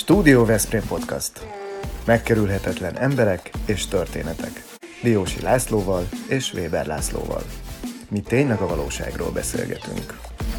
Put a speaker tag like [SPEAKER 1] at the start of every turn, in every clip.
[SPEAKER 1] Studio Veszprém Podcast. Megkerülhetetlen emberek és történetek. Diósi Lászlóval és Weber Lászlóval. Mi tényleg a valóságról beszélgetünk.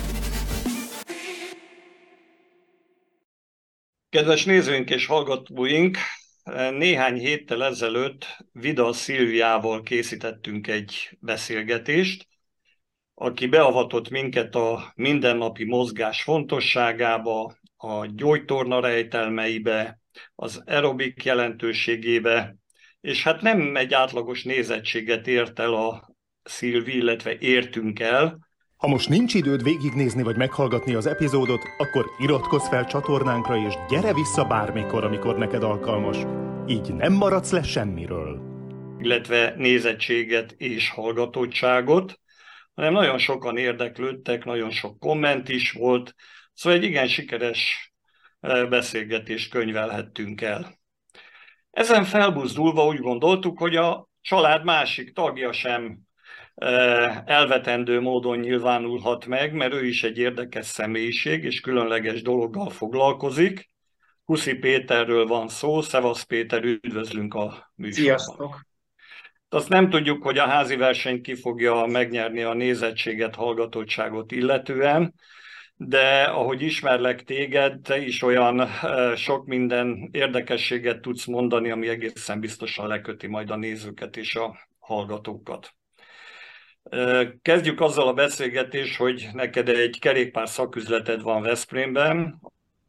[SPEAKER 2] Kedves nézőink és hallgatóink, néhány héttel ezelőtt Vida Szilviával készítettünk egy beszélgetést, aki beavatott minket a mindennapi mozgás fontosságába, a gyógytorna rejtelmeibe, az aerobik jelentőségébe, és hát nem egy átlagos nézettséget ért el a Szilvi, illetve értünk el.
[SPEAKER 3] Ha most nincs időd végignézni vagy meghallgatni az epizódot, akkor iratkozz fel csatornánkra és gyere vissza bármikor, amikor neked alkalmas. Így nem maradsz le semmiről.
[SPEAKER 2] Illetve nézettséget és hallgatottságot, hanem nagyon sokan érdeklődtek, nagyon sok komment is volt, szóval egy igen sikeres beszélgetést könyvelhettünk el. Ezen felbuzdulva úgy gondoltuk, hogy a család másik tagja sem elvetendő módon nyilvánulhat meg, mert ő is egy érdekes személyiség, és különleges dologgal foglalkozik. Huszi Péterről van szó. Szevasz Péter, üdvözlünk a műsorban.
[SPEAKER 4] Sziasztok!
[SPEAKER 2] Azt nem tudjuk, hogy a házi versenyt ki fogja megnyerni a nézettséget, hallgatottságot illetően, de ahogy ismerlek téged, te is olyan sok minden érdekességet tudsz mondani, ami egészen biztosan leköti majd a nézőket és a hallgatókat. Kezdjük azzal a beszélgetést, hogy neked egy kerékpár szaküzleted van Veszprémben.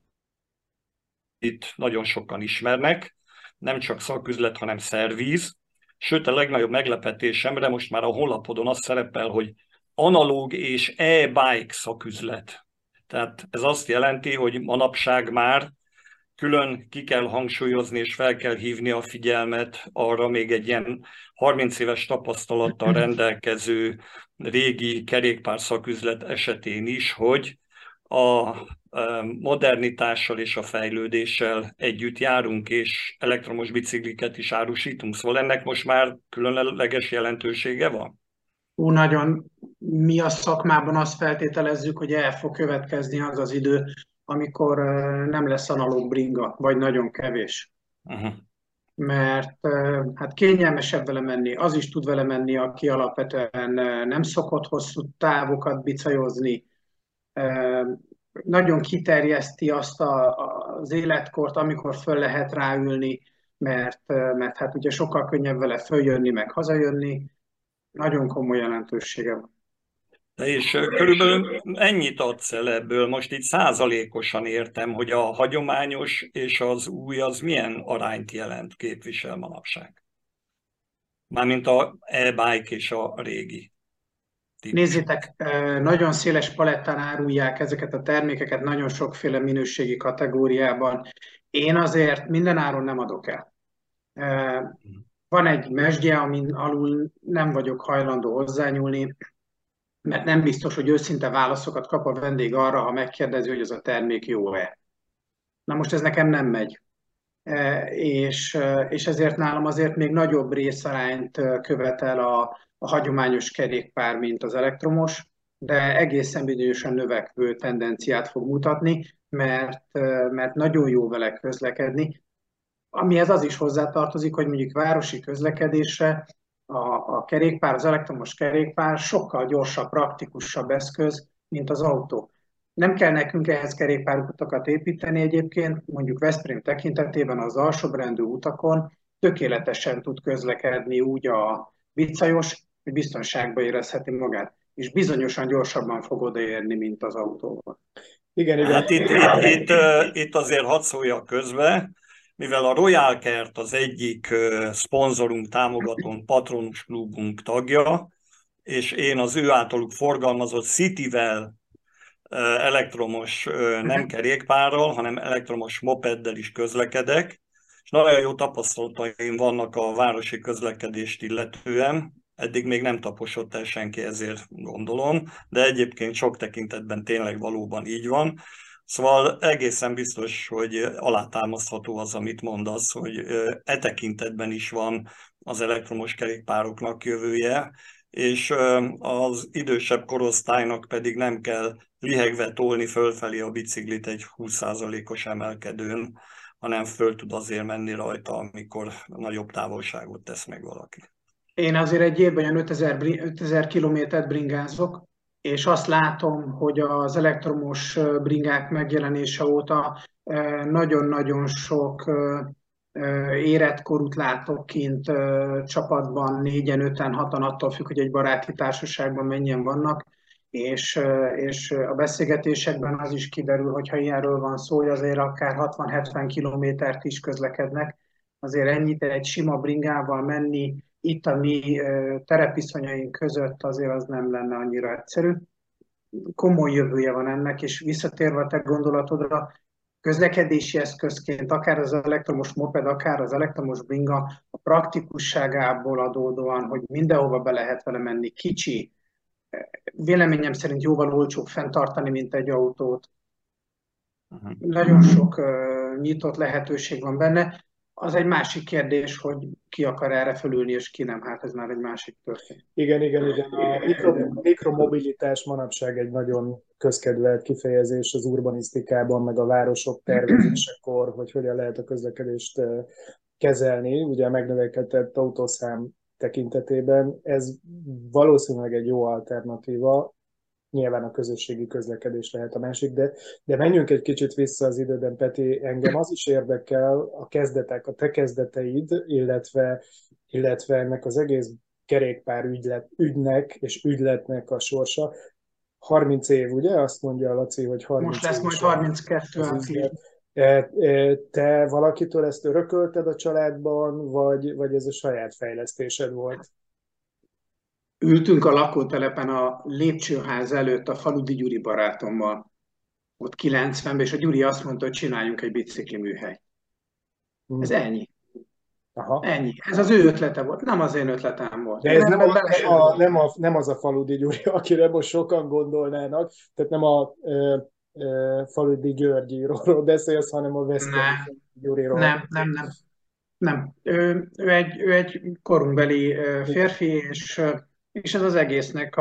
[SPEAKER 2] Itt nagyon sokan ismernek, nem csak szaküzlet, hanem szervíz. Sőt, a legnagyobb meglepetésemre most már a honlapodon az szerepel, hogy analóg és e-bike szaküzlet. Tehát ez azt jelenti, hogy manapság már külön ki kell hangsúlyozni és fel kell hívni a figyelmet arra még egy ilyen 30 éves tapasztalattal rendelkező régi kerékpár szaküzlet esetén is, hogy a modernitással és a fejlődéssel együtt járunk, és elektromos bicikliket is árusítunk. Szóval ennek most már különleges jelentősége van?
[SPEAKER 4] Nagyon. Mi a szakmában azt feltételezzük, hogy el fog következni az az idő, amikor nem lesz analóg bringa, vagy nagyon kevés. Mert hát kényelmesebb vele menni, az is tud vele menni, aki alapvetően nem szokott hosszú távokat bicajozni, nagyon kiterjeszti azt az életkort, amikor föl lehet ráülni, mert hát ugye sokkal könnyebb vele följönni, meg hazajönni. Nagyon komoly jelentősége van.
[SPEAKER 2] És körülbelül ennyit adsz el ebből, most így százalékosan értem, hogy a hagyományos és az új az milyen arányt jelent, képvisel manapság? Mármint a e-bike és a régi típus.
[SPEAKER 4] Nézzétek, nagyon széles palettán árulják ezeket a termékeket, nagyon sokféle minőségi kategóriában. Én azért mindenáron nem adok el. Van egy mesdje, amin alul nem vagyok hajlandó hozzányúlni, mert nem biztos, hogy őszinte válaszokat kap a vendég arra, ha megkérdezi, hogy az a termék jó-e. Na most ez nekem nem megy. És ezért nálam azért még nagyobb részarányt követel a hagyományos kerékpár, mint az elektromos, de egészen bizonyosan növekvő tendenciát fog mutatni, mert nagyon jó vele közlekedni. Amihez az is hozzátartozik, hogy mondjuk városi közlekedésre a kerékpár, az elektromos kerékpár sokkal gyorsabb, praktikusabb eszköz, mint az autó. Nem kell nekünk ehhez kerékpárutakat építeni egyébként, mondjuk Veszprém tekintetében az alsóbrendű utakon tökéletesen tud közlekedni úgy a vicajos, hogy biztonságban érezheti magát, és bizonyosan gyorsabban fog odaérni, mint az autóval.
[SPEAKER 2] Igen. Hát itt azért hadd szóljak közbe, mivel a Royal Kert az egyik szponzorunk, támogatónk, patronus klubunk tagja, és én az ő általuk forgalmazott Cityvel elektromos nem kerékpárral, hanem elektromos mopeddel is közlekedek, és nagyon jó tapasztalataim vannak a városi közlekedést illetően. Eddig még nem taposott el senki, ezért gondolom, de egyébként sok tekintetben tényleg valóban így van. Szóval egészen biztos, hogy alátámasztható az, amit mondasz, hogy e tekintetben is van az elektromos kerékpároknak jövője, és az idősebb korosztálynak pedig nem kell lihegve tolni fölfelé a biciklit egy 20%-os emelkedőn, hanem föl tud azért menni rajta, amikor nagyobb távolságot tesz meg valaki.
[SPEAKER 4] Én azért egy évben olyan 5000 kilométert bringázok, és azt látom, hogy az elektromos bringák megjelenése óta nagyon-nagyon sok érett korút látok kint csapatban, 4-en, 5-en, 6-an, attól függ, hogy egy baráti társaságban mennyien vannak, és a beszélgetésekben az is kiderül, hogyha ilyenről van szó, hogy azért akár 60-70 kilométert is közlekednek, azért ennyit egy sima bringával menni, itt a mi terepiszonyaink között azért az nem lenne annyira egyszerű. Komoly jövője van ennek, és visszatérve a te gondolatodra, közlekedési eszközként, akár az elektromos moped, akár az elektromos bringa, a praktikusságából adódóan, hogy mindenhova be lehet vele menni, kicsi, véleményem szerint jóval olcsóbb fenntartani, mint egy autót. Nagyon sok nyitott lehetőség van benne. Az egy másik kérdés, hogy ki akar erre fölülni, és ki nem. Hát ez már egy másik történet.
[SPEAKER 5] Igen. A mikromobilitás manapság egy nagyon közkedvelt kifejezés az urbanisztikában, meg a városok tervezésekor, hogy hogyan lehet a közlekedést kezelni, ugye a megnövekedett autószám tekintetében. Ez valószínűleg egy jó alternatíva, nyilván a közösségi közlekedés lehet a másik, de menjünk egy kicsit vissza az időben, Peti, engem az is érdekel, a kezdetek, a te kezdeteid, illetve ennek az egész kerékpár ügynek és ügyletnek a sorsa. 30 év, ugye? Azt mondja Laci, hogy 30
[SPEAKER 4] Most lesz
[SPEAKER 5] év
[SPEAKER 4] majd 32 április.
[SPEAKER 5] Te valakitől ezt örökölted a családban, vagy ez a saját fejlesztésed volt?
[SPEAKER 4] Ültünk a lakótelepen a lépcsőház előtt a Faludi Gyuri barátommal, ott 90-ben, és a Gyuri azt mondta, hogy csináljunk egy bicikliműhelyt. Ez ennyi.
[SPEAKER 5] Aha.
[SPEAKER 4] Ennyi. Ez az ő ötlete volt, nem az én ötletem volt.
[SPEAKER 5] De ez nem az a Faludi Gyuri, akire most sokan gondolnának, tehát nem a Faludi Györgyiról beszélsz, hanem a Veszprémi Gyuriról.
[SPEAKER 4] Nem. Ő egy korunkbeli férfi, és ez az egésznek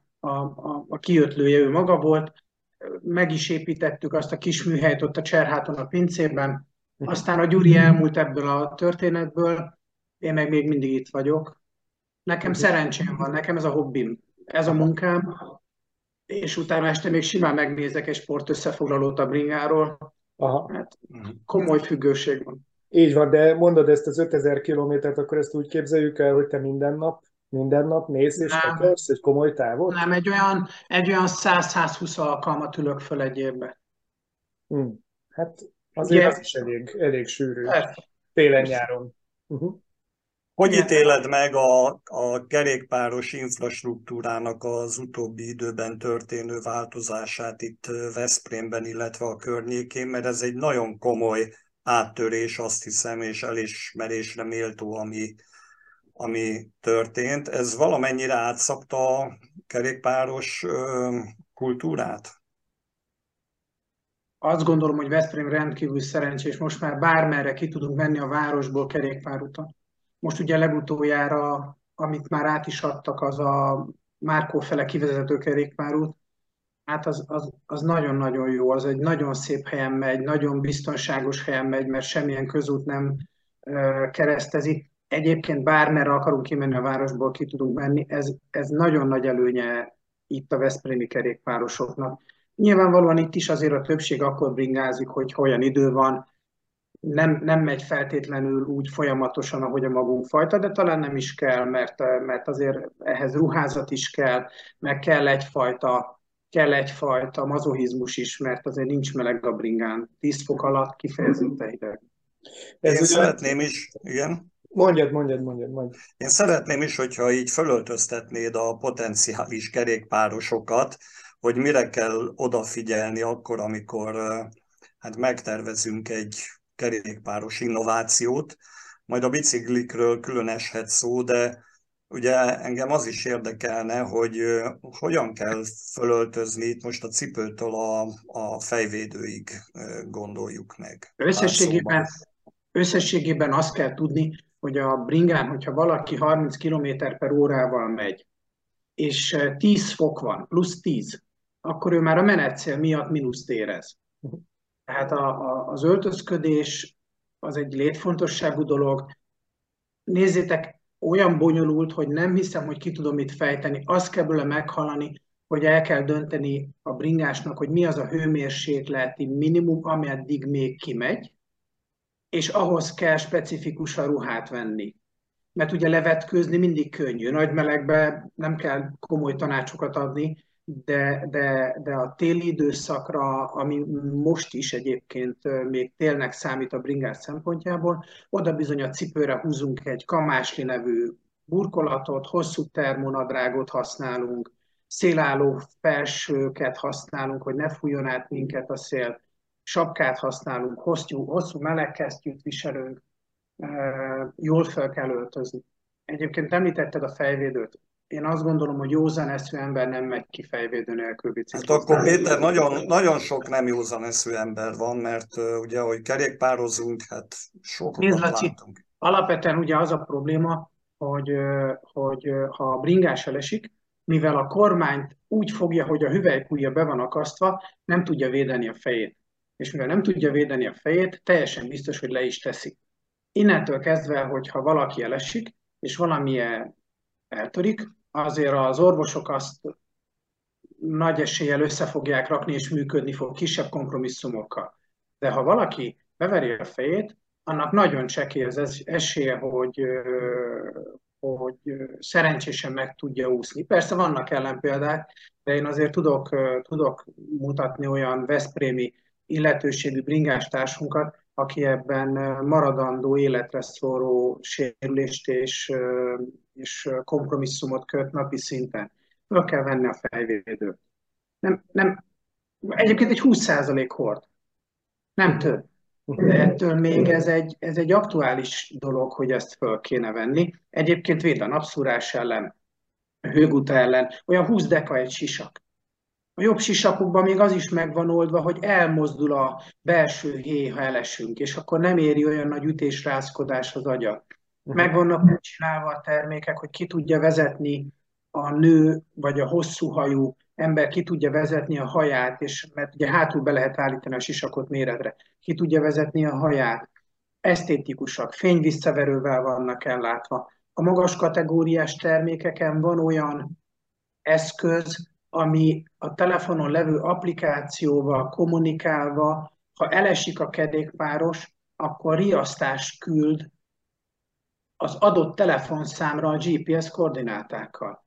[SPEAKER 4] a kiötlője ő maga volt. Meg is építettük azt a kis műhelyt ott a Cserháton a pincében. Aztán a Gyuri elmúlt ebből a történetből, én meg még mindig itt vagyok. Nekem szerencsém van, nekem ez a hobbim, ez a munkám, és utána este még simán megnézek egy sportösszefoglalót a bringáról. Hát, komoly függőség van.
[SPEAKER 5] Így van, de mondod ezt az 5000 kilométert, akkor ezt úgy képzeljük el, hogy te minden nap mész és tekersz egy komoly távot?
[SPEAKER 4] Nem, egy olyan 100-120 alkalmat ülök föl egy évbe.
[SPEAKER 5] Hát azért az is elég sűrű. Télen-nyáron.
[SPEAKER 2] Hogy ítéled meg a kerékpáros infrastruktúrának az utóbbi időben történő változását itt Veszprémben, illetve a környékén, mert ez egy nagyon komoly áttörés, azt hiszem, és elismerésre méltó, ami történt. Ez valamennyire átszabta a kerékpáros kultúrát?
[SPEAKER 4] Azt gondolom, hogy Veszprém rendkívül szerencsés, most már bármerre ki tudunk menni a városból kerékpárúton. Most ugye legutoljára, amit már át is adtak, az a Márkó fele kivezető kerékpárút. Hát az nagyon-nagyon jó, az egy nagyon szép helyen megy, nagyon biztonságos helyen megy, mert semmilyen közút nem keresztezi. Egyébként bármerre akarunk kimenni a városból, ki tudunk menni, ez nagyon nagy előnye itt a veszprémi kerékpárosoknak. Nyilvánvalóan itt is azért a többség akkor bringázik, hogy olyan idő van, nem megy feltétlenül úgy folyamatosan, ahogy a magunk fajta, de talán nem is kell, mert azért ehhez ruházat is kell, meg kell egyfajta mazochizmus is, mert azért nincs meleg a bringán. 10 fok alatt kifejezetten hideg.
[SPEAKER 2] Én szeretném is, igen?
[SPEAKER 5] Mondjad.
[SPEAKER 2] Én szeretném is, hogyha így fölöltöztetnéd a potenciális kerékpárosokat, hogy mire kell odafigyelni akkor, amikor hát megtervezünk egy kerékpáros innovációt. Majd a biciklikről külön eshet szó, de ugye engem az is érdekelne, hogy hogyan kell fölöltözni itt most a cipőtől a fejvédőig, gondoljuk meg.
[SPEAKER 4] Összességében azt kell tudni, hogy a bringán, hogyha valaki 30 km/órával megy, és 10 fok van, plusz 10, akkor ő már a menetcél miatt mínuszt érez. Tehát az öltözködés az egy létfontosságú dolog. Nézzétek, olyan bonyolult, hogy nem hiszem, hogy ki tudom itt fejteni. Azt kell belőle meghallani, hogy el kell dönteni a bringásnak, hogy mi az a hőmérsékleti minimum, ameddig még kimegy, és ahhoz kell specifikusan ruhát venni. Mert ugye levetkőzni mindig könnyű. Nagy melegben nem kell komoly tanácsokat adni, de a téli időszakra, ami most is egyébként még télnek számít a bringás szempontjából, oda bizony a cipőre húzunk egy kamásli nevű burkolatot, hosszú termonadrágot használunk, szélálló felsőket használunk, hogy ne fújjon át minket a szél, sapkát használunk, hosszú melegkesztyűt viselünk, jól fel kell öltözni. Egyébként említetted a fejvédőt. Én azt gondolom, hogy józan eszű ember nem megy ki fejvédő nélkül
[SPEAKER 2] Hát
[SPEAKER 4] biciklizni.
[SPEAKER 2] akkor Péter, nagyon sok nem józan eszű ember van, mert ugye, ahogy kerékpározunk, hát sokat
[SPEAKER 4] Nézd, Laci,
[SPEAKER 2] látunk.
[SPEAKER 4] alapvetően ugye az a probléma, hogy ha a bringás elesik, mivel a kormányt úgy fogja, hogy a hüvelykújja be van akasztva, nem tudja védeni a fejét. És mivel nem tudja védeni a fejét, teljesen biztos, hogy le is teszi. Innentől kezdve, hogyha valaki elesik, és valamilyen eltörik, azért az orvosok azt nagy eséllyel össze fogják rakni, és működni fog kisebb kompromisszumokkal. De ha valaki beveri a fejét, annak nagyon csekély az esélye, hogy szerencsésen meg tudja úszni. Persze vannak ellenpéldák, de én azért tudok mutatni olyan veszprémi illetőségű bringásstársunkat, aki ebben maradandó életre szóró sérülést és kompromisszumot köt napi szinten. Föl kell venni a fejvédőt. Egyébként egy 20% hord. Nem több. De ettől még ez egy aktuális dolog, hogy ezt föl kéne venni. Egyébként véd a napszúrás ellen, a hőguta ellen. Olyan 20 deka egy sisak. A jobb sisakokban még az is megvan oldva, hogy elmozdul a belső héj, ha elesünk, és akkor nem éri olyan nagy ütésrázkodás az agyat. Meg vannak csinálva a termékek, hogy ki tudja vezetni a nő, vagy a hosszú hajú ember ki tudja vezetni a haját, és mert ugye hátul be lehet állítani a sisakot méretre, ki tudja vezetni a haját. Esztétikusak, fényvisszaverővel vannak ellátva. A magas kategóriás termékeken van olyan eszköz, ami a telefonon levő applikációval kommunikálva, ha elesik a kerékpáros, akkor riasztást küld az adott telefonszámra a GPS koordinátákkal.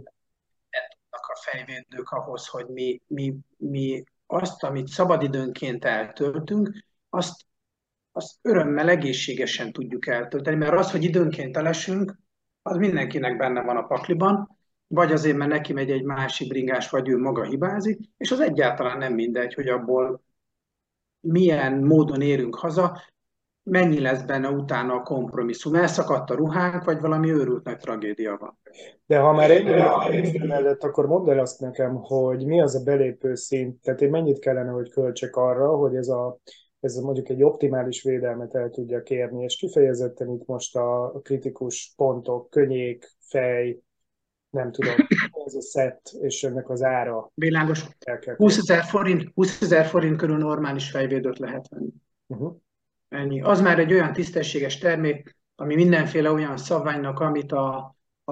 [SPEAKER 4] A fejvédők ahhoz, hogy mi azt, amit szabadidőnként eltöltünk, azt örömmel, egészségesen tudjuk eltölteni, mert az, hogy időnként elesünk, az mindenkinek benne van a pakliban, vagy azért, mert neki megy egy másik bringás, vagy ő maga hibázik, és az egyáltalán nem mindegy, hogy abból milyen módon érünk haza, mennyi lesz benne utána a kompromisszum. Elszakadt a ruhánk, vagy valami őrült nagy tragédia van.
[SPEAKER 5] De ha már ennyire mellett, akkor mondd el azt nekem, hogy mi az a belépő szint, tehát én mennyit kellene, hogy költsek arra, hogy ez mondjuk egy optimális védelmet el tudja kérni, és kifejezetten itt most a kritikus pontok, könnyék, fej, nem tudom, ez a szett, és ennek az ára.
[SPEAKER 4] Világos. 20 000 forint körül normális fejvédőt lehet venni. Ennyi. Az már egy olyan tisztességes termék, ami mindenféle olyan szabványnak, amit a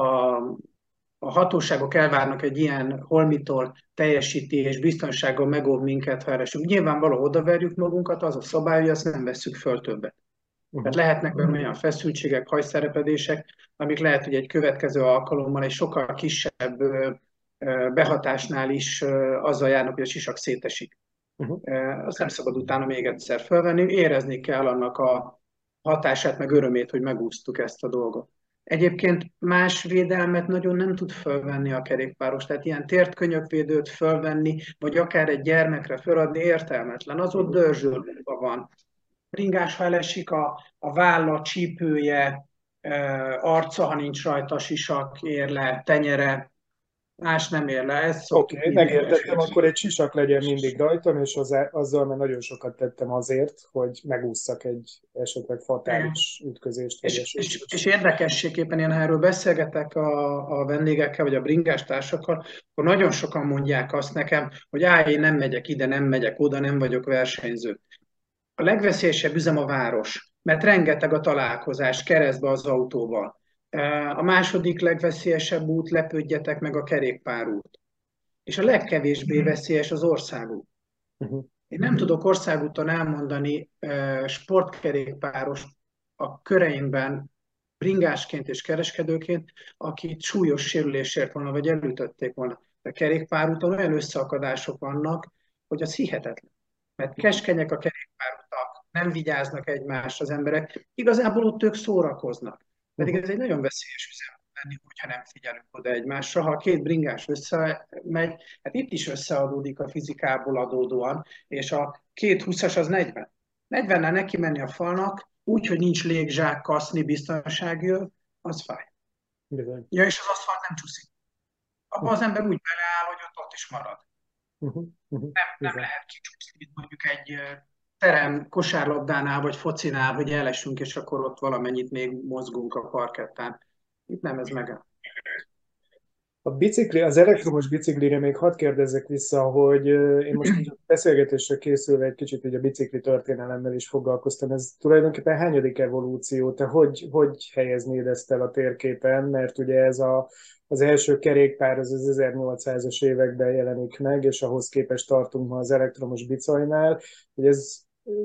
[SPEAKER 4] hatóságok elvárnak egy ilyen holmitól teljesíti, és biztonsággal megóv minket, ha elesünk. Nyilvánvalóan odaverjük magunkat, az a szabály, hogy azt nem vesszük föl többet. Tehát lehetnek benne olyan feszültségek, hajszerepedések, amik lehet, hogy egy következő alkalommal egy sokkal kisebb behatásnál is azzal járnak, hogy a sisak szétesik. Azt nem szabad utána még egyszer felvenni, érezni kell annak a hatását, meg örömét, hogy megúsztuk ezt a dolgot. Egyébként más védelmet nagyon nem tud fölvenni a kerékpáros, tehát ilyen tért könyökvédőt fölvenni, vagy akár egy gyermekre föladni értelmetlen, az ott dörzsölve van. Bringás, ha elesik a válla, csípője, arca, ha nincs rajta sisak, érle, tenyere, más nem ér le.
[SPEAKER 5] Oké, megértettem, akkor egy sisak legyen mindig rajtam, és azzal már nagyon sokat tettem azért, hogy megússzak egy esetleg fatális ütközést.
[SPEAKER 4] És érdekességképpen én erről beszélgetek a vendégekkel, vagy a bringástársakkal, akkor nagyon sokan mondják azt nekem, hogy én nem megyek ide, nem megyek oda, nem vagyok versenyző. A legveszélyesebb üzem a város. mert rengeteg a találkozás keresztbe az autóval. A második legveszélyesebb út, lepődjetek meg, a kerékpárút. És a legkevésbé veszélyes az országút. Én nem tudok országúton elmondani sportkerékpáros a köreimben, bringásként és kereskedőként, akit súlyos sérülésért volna, vagy elütötték volna. De kerékpárúton olyan összeakadások vannak, hogy az hihetetlen. Mert keskenyek a kerékpárutak, nem vigyáznak egymásra az emberek, igazából ott ők szórakoznak. Pedig ez egy nagyon veszélyes üzem lenni, hogyha nem figyelünk oda egymásra. Ha a két bringás összemegy, hát itt is összeadódik a fizikából adódóan, és a két 20-as az 40. 40-nel neki menni a falnak, úgy, hogy nincs légzsák, kaszni, biztonságjöv, az fáj.
[SPEAKER 5] Bizony.
[SPEAKER 4] Ja, és az aszfalt nem csúszik. Abban az ember úgy beleáll, hogy ott is marad. Nem lehet kicsúszni, mint mondjuk egy terem kosárlabdánál vagy focinál, hogy elessünk, és akkor ott valamennyit még mozgunk a parkettán. Itt nem, ez megáll.
[SPEAKER 5] Az elektromos biciklire még hadd kérdezzek vissza, hogy én most így a beszélgetésre készülve egy kicsit így a bicikli történelemmel is foglalkoztam. Ez tulajdonképpen hányadik evolúció? Te hogy helyeznéd ezt el a térképen? Mert ugye az első kerékpár az 1800-as években jelenik meg, és ahhoz képest tartunk ma az elektromos bicolynál. Hogy ez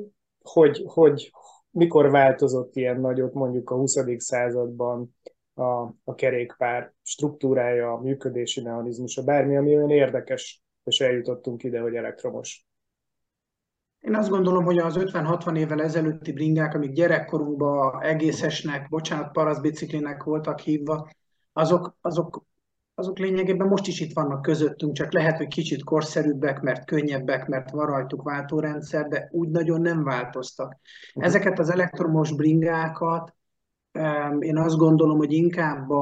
[SPEAKER 5] mikor változott ilyen nagyot mondjuk a 20. században a kerékpár struktúrája, a működési mechanizmusa, bármi, ami olyan érdekes, és eljutottunk ide, hogy elektromos.
[SPEAKER 4] Én azt gondolom, hogy az 50-60 évvel ezelőtti bringák, amik gyerekkorunkban egészesnek, bocsánat, parasztbiciklinek voltak hívva, azok lényegében most is itt vannak közöttünk, csak lehet, hogy kicsit korszerűbbek, mert könnyebbek, mert van rajtuk váltórendszer, de úgy nagyon nem változtak. Ezeket az elektromos bringákat én azt gondolom, hogy inkább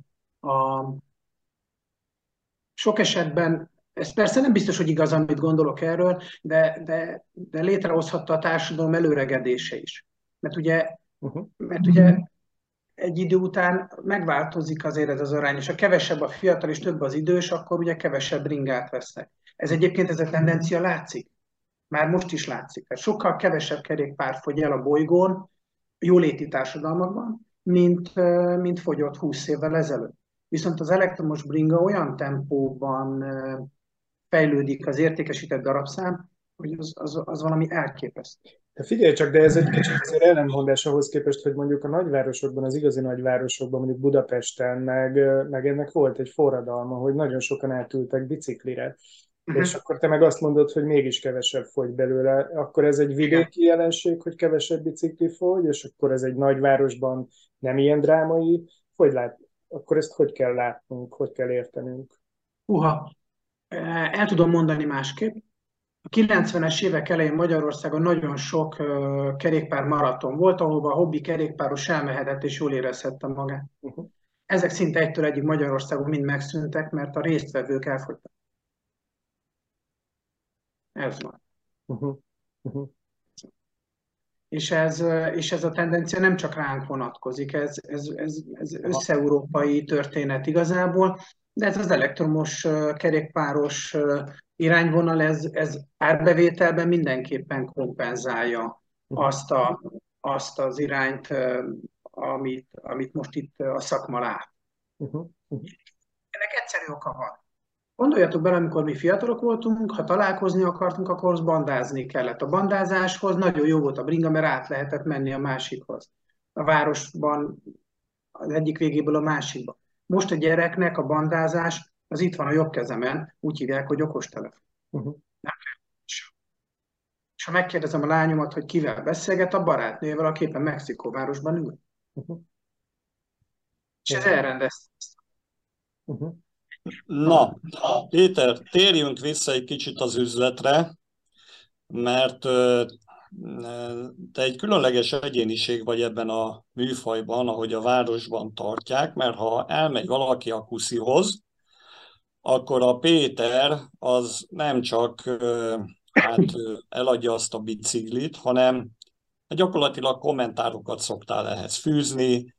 [SPEAKER 4] sok esetben, ez persze nem biztos, hogy igaz, amit gondolok erről, de létrehozhatta a társadalom előregedése is. Mert ugye egy idő után megváltozik azért ez az arány, és ha kevesebb a fiatal és több az idős, akkor ugye kevesebb bringát vesznek. Ez a tendencia látszik. Már most is látszik. Tehát sokkal kevesebb kerékpár fogy el a bolygón, jóléti társadalmakban, mint fogyott 20 évvel ezelőtt. Viszont az elektromos bringa olyan tempóban fejlődik az értékesített darabszám, hogy az valami elképesztő.
[SPEAKER 5] De figyelj csak, de ez egy kicsit azért ellentmondás ahhoz képest, hogy mondjuk a nagyvárosokban, az igazi nagyvárosokban, mondjuk Budapesten, meg ennek volt egy forradalma, hogy nagyon sokan átültek biciklire. És akkor te meg azt mondod, hogy mégis kevesebb fogy belőle. Akkor ez egy vidéki jelenség, hogy kevesebb bicikli fogy, és akkor ez egy nagyvárosban nem ilyen drámai. Akkor ezt hogy kell látnunk, hogy kell értenünk?
[SPEAKER 4] El tudom mondani másképp. A 90-es évek elején Magyarországon nagyon sok kerékpár maraton volt, ahova a hobbi kerékpáros elmehetett és jól érezhette magát. Ezek szinte egytől egyig Magyarországon mind megszűntek, mert a résztvevők elfogytak. Ez van. És ez a tendencia nem csak ránk vonatkozik, ez össze-európai történet igazából, de ez az elektromos kerékpáros irányvonal, ez árbevételben mindenképpen kompenzálja azt az irányt, amit most itt a szakma lát. Ennek egyszerű oka van. Gondoljatok bele, amikor mi fiatalok voltunk, ha találkozni akartunk, akkor bandázni kellett. A bandázáshoz nagyon jó volt a bringa, mert át lehetett menni a másikhoz. A városban az egyik végéből a másikba. Most a gyereknek a bandázás, az itt van a jobb kezemen, úgy hívják, hogy okostelefon. Nem kell. És ha megkérdezem a lányomat, hogy kivel beszélget, a barátnőjével, aki éppen Mexikóvárosban ül. És ez elrendezte.
[SPEAKER 2] Na, Péter, térjünk vissza egy kicsit az üzletre, mert te egy különleges egyéniség vagy ebben a műfajban, ahogy a városban tartják, mert ha elmegy valaki a kuszihoz, akkor a Péter az nem csak eladja azt a biciklit, hanem gyakorlatilag kommentárokat szoktál ehhez fűzni,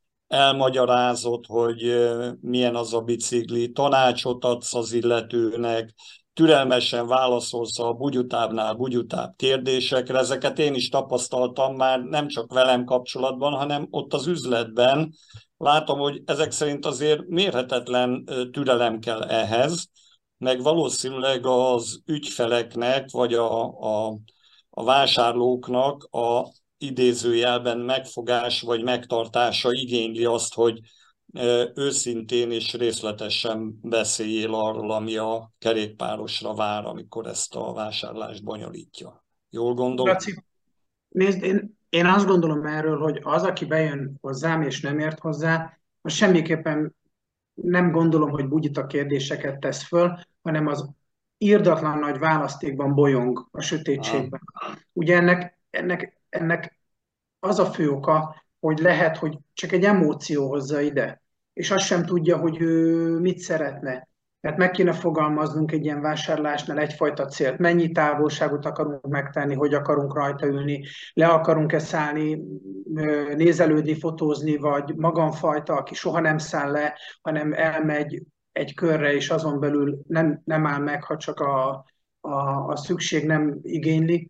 [SPEAKER 2] elmagyarázod, hogy milyen az a bicikli, tanácsot adsz az illetőnek, türelmesen válaszolsz a bugyutábbnál bugyutább kérdésekre. Ezeket én is tapasztaltam már nem csak velem kapcsolatban, hanem ott az üzletben. Látom, hogy ezek szerint azért mérhetetlen türelem kell ehhez, meg valószínűleg az ügyfeleknek, vagy a vásárlóknak a idézőjelben megfogás vagy megtartása igényli azt, hogy őszintén és részletesen beszéljél arról, ami a kerékpárosra vár, amikor ezt a vásárlást bonyolítja. Jól gondolom?
[SPEAKER 4] Laci, nézd, én azt gondolom erről, hogy az, aki bejön hozzám és nem ért hozzá, az semmiképpen nem gondolom, hogy bugyita kérdéseket tesz föl, hanem az irdatlan nagy választékban bolyong a sötétségben. Ugye ennek az a fő oka, hogy lehet, hogy csak egy emóció hozza ide, és azt sem tudja, hogy ő mit szeretne. Tehát meg kéne fogalmaznunk egy ilyen vásárlásnál egyfajta célt. Mennyi távolságot akarunk megtenni, hogy akarunk rajta ülni, le akarunk-e szállni, nézelődni, fotózni, vagy magamfajta, aki soha nem száll le, hanem elmegy egy körre, és azon belül nem áll meg, ha csak a szükség nem igényli.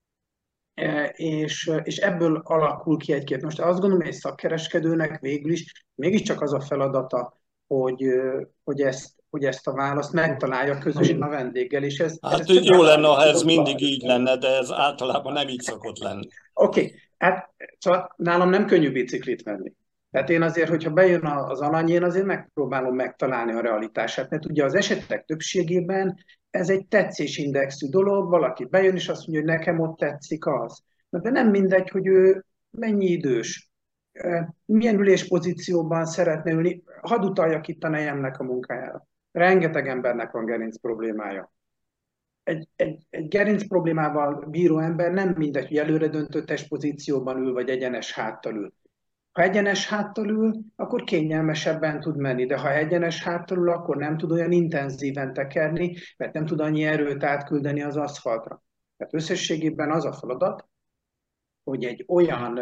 [SPEAKER 4] És ebből alakul ki egy kép. Most azt gondolom, hogy egy szakkereskedőnek végül is mégiscsak az a feladata, hogy ezt a választ megtalálja közösen a vendéggel. És
[SPEAKER 2] hát jó lenne, ha ez mindig így lenne, de ez általában nem így szokott lenni.
[SPEAKER 4] Oké, hát szóval nálam nem könnyű biciklit venni. Tehát én azért, hogyha bejön az alany, én azért megpróbálom megtalálni a realitását, mert ugye az esetek többségében ez egy tetszésindexű dolog, valaki bejön és azt mondja, hogy nekem ott tetszik az. De nem mindegy, hogy ő mennyi idős, milyen üléspozícióban szeretne ülni. Hadd utaljak itt a nejemnek a munkájára. Rengeteg embernek van gerinc problémája. Egy gerinc problémával bíró ember nem mindegy, hogy előre döntő testpozícióban ül, vagy egyenes háttal ül. Ha egyenes háttal ül, akkor kényelmesebben tud menni, de ha egyenes háttal ül, akkor nem tud olyan intenzíven tekerni, mert nem tud annyi erőt átküldeni az aszfaltra. Tehát összességében az a feladat, hogy egy olyan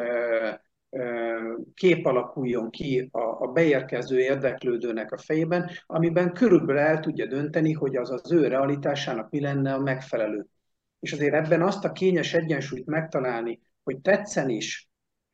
[SPEAKER 4] kép alakuljon ki a beérkező érdeklődőnek a fejében, amiben körülbelül el tudja dönteni, hogy az ő realitásának mi lenne a megfelelő. És azért ebben azt a kényes egyensúlyt megtalálni, hogy tetszen is,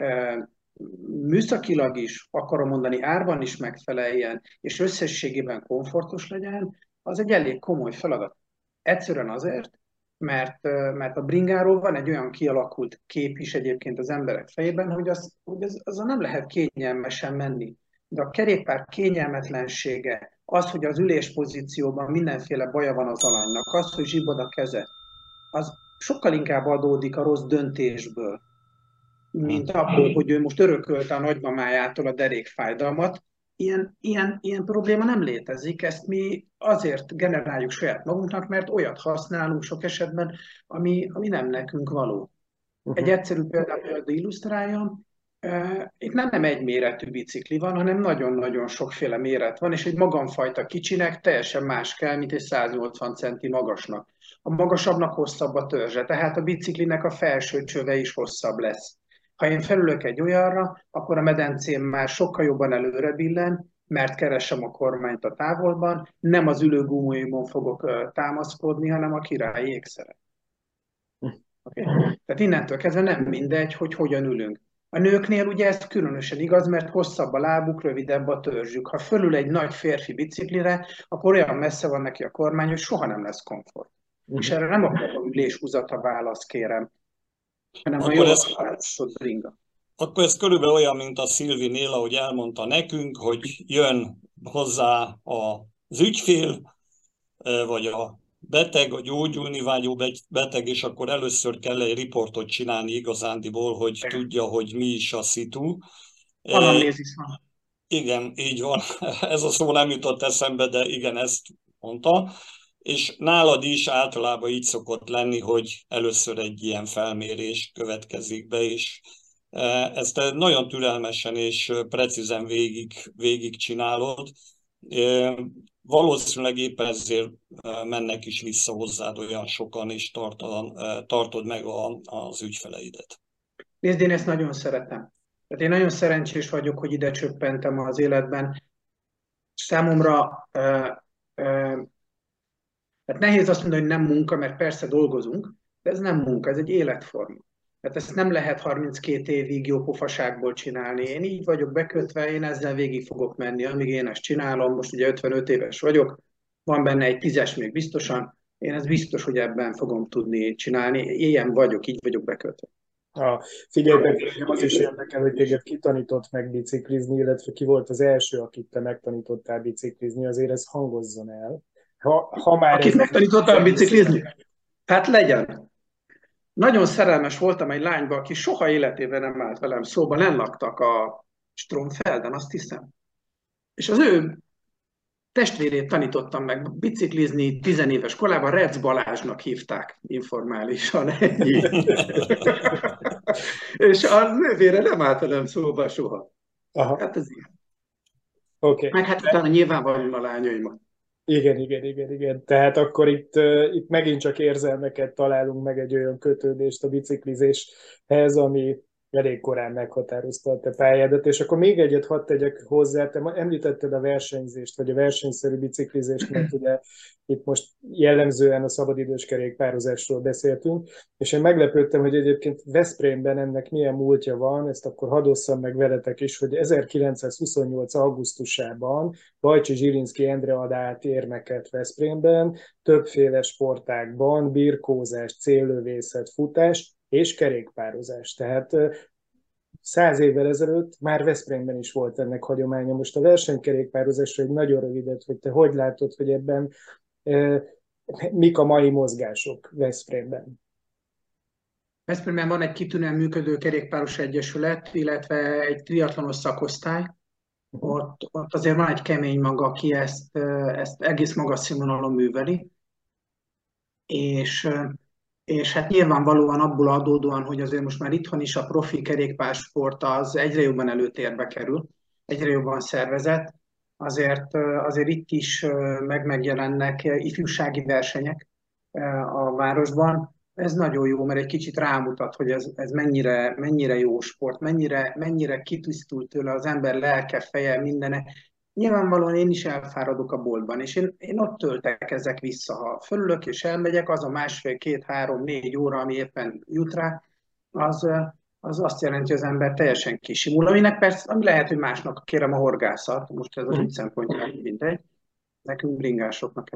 [SPEAKER 4] műszakilag is, akarom mondani, árban is megfeleljen, és összességében komfortos legyen, az egy elég komoly feladat. Egyszerűen azért, mert a bringáról van egy olyan kialakult kép is egyébként az emberek fejében, hogy azzal nem lehet kényelmesen menni. De a kerékpár kényelmetlensége, az, hogy az üléspozícióban mindenféle baja van az alanynak, az, hogy zsibbad a keze, az sokkal inkább adódik a rossz döntésből, mint abból, hogy ő most örökölte a nagymamájától a derékfájdalmat. Ilyen probléma nem létezik, ezt mi azért generáljuk saját magunknak, mert olyat használunk sok esetben, ami nem nekünk való. Egy egyszerű példát illusztráljam, itt nem egyméretű bicikli van, hanem nagyon-nagyon sokféle méret van, és egy magamfajta kicsinek teljesen más kell, mint egy 180 centi magasnak. A magasabbnak hosszabb a törzse, tehát a biciklinek a felső csöve is hosszabb lesz. Ha én felülök egy olyanra, akkor a medencém már sokkal jobban előre billen, mert keresem a kormányt a távolban, nem az ülőgumóimon fogok támaszkodni, hanem a királyi ékszeren. Okay? Tehát innentől kezdve nem mindegy, hogy hogyan ülünk. A nőknél ugye ez különösen igaz, mert hosszabb a lábuk, rövidebb a törzsük. Ha fölül egy nagy férfi biciklire, akkor olyan messze van neki a kormány, hogy soha nem lesz komfort. És erre nem akarom üléshúzat a válasz, kérem, hanem a jól választott bringa.
[SPEAKER 2] Akkor ez körülbelül olyan, mint a Szilvinél, ahogy elmondta nekünk, hogy jön hozzá az ügyfél, vagy a beteg, a gyógyulni vágyó beteg, és akkor először kell egy riportot csinálni igazándiból, hogy tudja, hogy mi is a szitu.
[SPEAKER 4] Anamnézis van.
[SPEAKER 2] Igen, így van. Ez a szó nem jutott eszembe, de igen, ezt mondta. És nálad is általában így szokott lenni, hogy először egy ilyen felmérés következik be, és ezt nagyon türelmesen és precízen végig csinálod. Valószínűleg éppen ezért mennek is vissza hozzád olyan sokan, és tartod meg az ügyfeleidet.
[SPEAKER 4] Nézd, én ezt nagyon szeretem. Tehát én nagyon szerencsés vagyok, hogy ide csöppentem az életben. Számomra Tehát nehéz azt mondani, hogy nem munka, mert persze dolgozunk, de ez nem munka, ez egy életforma. Tehát ezt nem lehet 32 évig jó pofaságból csinálni. Én így vagyok bekötve, én ezzel végig fogok menni, amíg én ezt csinálom. Most ugye 55 éves vagyok, van benne egy 10-es még biztosan. Én ez biztos, hogy ebben fogom tudni csinálni. Ilyen vagyok, így vagyok bekötve.
[SPEAKER 5] Figyelj, engem az is érdekel, hogy téged ki tanított meg biciklizni, illetve ki volt az első, akit te megtanítottál biciklizni, azért ez hangozzon el. Ha már
[SPEAKER 4] Akit
[SPEAKER 5] ez
[SPEAKER 4] megtanítottam biciklizni? Hát legyen. Nagyon szerelmes voltam egy lányba, aki soha életében nem állt velem szóba, nem laktak a Stromfelden, azt hiszem. És az ő testvérét tanítottam meg biciklizni 10 éves korában, Rec Balázsnak hívták informálisan. Ennyi. És a nővére nem állt velem szóba soha.
[SPEAKER 5] Aha.
[SPEAKER 4] Hát ez ilyen.
[SPEAKER 5] Okay.
[SPEAKER 4] Meg hát utána nyilvánvalóan a lányaimat.
[SPEAKER 5] Igen. Tehát akkor itt megint csak érzelmeket találunk meg, egy olyan kötődést a biciklizéshez, ami elég korán meghatározta a te pályádat. És akkor még egyet hadd tegyek hozzá, te említetted a versenyzést, vagy a versenyszerű biciklizést, mert ugye itt most jellemzően a szabadidős kerékpározásról beszéltünk, és én meglepődtem, hogy egyébként Veszprémben ennek milyen múltja van, ezt akkor hadd osszam meg veletek is, hogy 1928. augusztusában Bajcsi Zsilinszky Endre ad át érmeket Veszprémben, többféle sportágban, birkózás, céllövészet, futás és kerékpározás. Tehát 100 évvel ezelőtt már Veszprémben is volt ennek hagyománya. Most a versenykerékpározásra egy nagyon rövidet, hogy te hogy látod, hogy ebben mik a mai mozgások Veszprémben?
[SPEAKER 4] Veszprémben van egy kitűnően működő kerékpáros egyesület, illetve egy triatlonos szakosztály. Ott azért van egy kemény maga, aki ezt egész magas színvonalon műveli. És hát nyilvánvalóan abból adódóan, hogy azért most már itthon is a profi kerékpársport az egyre jobban előtérbe kerül, egyre jobban szervezett, azért itt is megjelennek ifjúsági versenyek a városban. Ez nagyon jó, mert egy kicsit rámutat, hogy ez mennyire jó sport, mennyire kitisztult tőle az ember lelke, feje, mindene. Nyilvánvalóan én is elfáradok a boltban, és én ott töltek ezek vissza. Ha fölülök és elmegyek, az a másfél, 2, 3, 4 óra, ami éppen jut rá, az azt jelenti, hogy az ember teljesen kisimul, ami lehet, hogy másnak kérem a horgászat, most ez a ügy szempontjából mindegy, nekünk bringásoknak.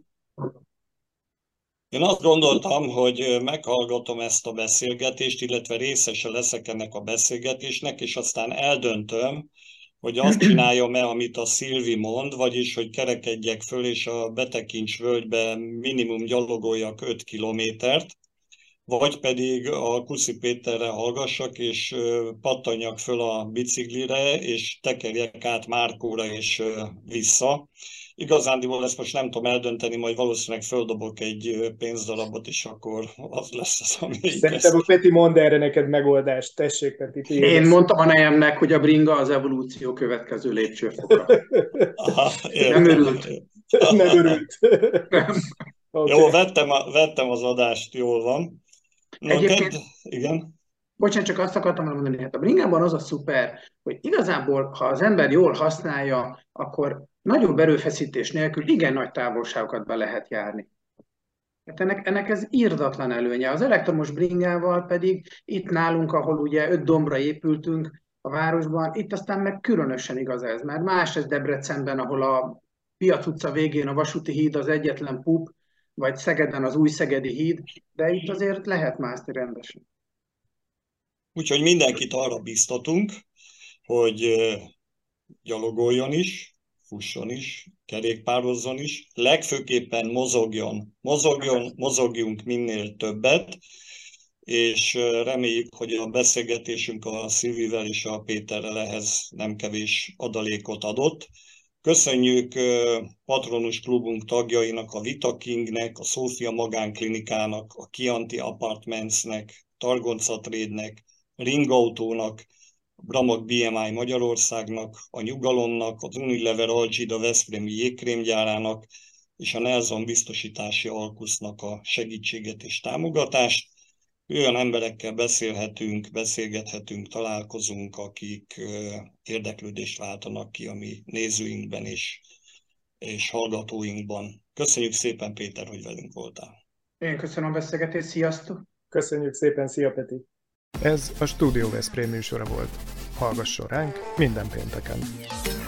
[SPEAKER 2] Én azt gondoltam, hogy meghallgatom ezt a beszélgetést, illetve részese leszek ennek a beszélgetésnek, és aztán eldöntöm, hogy azt csináljam-e, amit a Szilvi mond, vagyis, hogy kerekedjek föl, és a Betekincs völgybe minimum gyalogoljak 5 kilométert, vagy pedig a Kuszi Péterre hallgassak, és pattanjak föl a biciklire, és tekerjek át Márkóra és vissza. Igazándiból ezt most nem tudom eldönteni, majd valószínűleg földobok egy pénzdarabot, és akkor az lesz az, ami...
[SPEAKER 5] Szerintem a Peti mond erre neked megoldást. Tessék, Peti.
[SPEAKER 4] Én mondtam a nejemnek, hogy a bringa az evolúció következő lépcsőfoka.
[SPEAKER 2] Aha,
[SPEAKER 4] nem örült.
[SPEAKER 5] Nem örült.
[SPEAKER 4] Nem.
[SPEAKER 2] Okay. Jó, vettem az adást, jól van.
[SPEAKER 4] Egyébként,
[SPEAKER 2] igen.
[SPEAKER 4] Bocsánat, csak azt akartam elmondani, hát a bringában az a szuper, hogy igazából, ha az ember jól használja, akkor nagyobb erőfeszítés nélkül igen nagy távolságokat be lehet járni. Hát ennek ez irdatlan előnye. Az elektromos bringával pedig itt nálunk, ahol ugye 5 dombra épültünk a városban, itt aztán meg különösen igaz ez, mert más ez Debrecenben, ahol a Piac utca végén a vasúti híd az egyetlen pup, vagy Szegeden az új szegedi híd, de itt azért lehet mászni rendesen.
[SPEAKER 2] Úgyhogy mindenkit arra biztatunk, hogy gyalogoljon is, fusson is, kerékpározzon is, legfőképpen mozogjunk minél többet, és reméljük, hogy a beszélgetésünk a Szilvivel és a Péterrel ehhez nem kevés adalékot adott. Köszönjük Patronus Klubunk tagjainak, a Vita Kingnek, a Szófia Magánklinikának, a Chianti Apartmentsnek, Targonca Trade-nek, Ringautónak, Bramag BMI Magyarországnak, a Nyugalomnak, az Unilever Algida Veszprémi jégkrémgyárának és a Nelson Biztosítási Alkusznak a segítséget és támogatást. Olyan emberekkel beszélgethetünk, találkozunk, akik érdeklődést váltanak ki a mi nézőinkben, és és hallgatóinkban. Köszönjük szépen, Péter, hogy velünk voltál.
[SPEAKER 4] Én köszönöm a beszélgetést, sziasztok!
[SPEAKER 5] Köszönjük szépen, szia Peti!
[SPEAKER 1] Ez a Studio Veszprém műsora volt. Hallgasson ránk minden pénteken!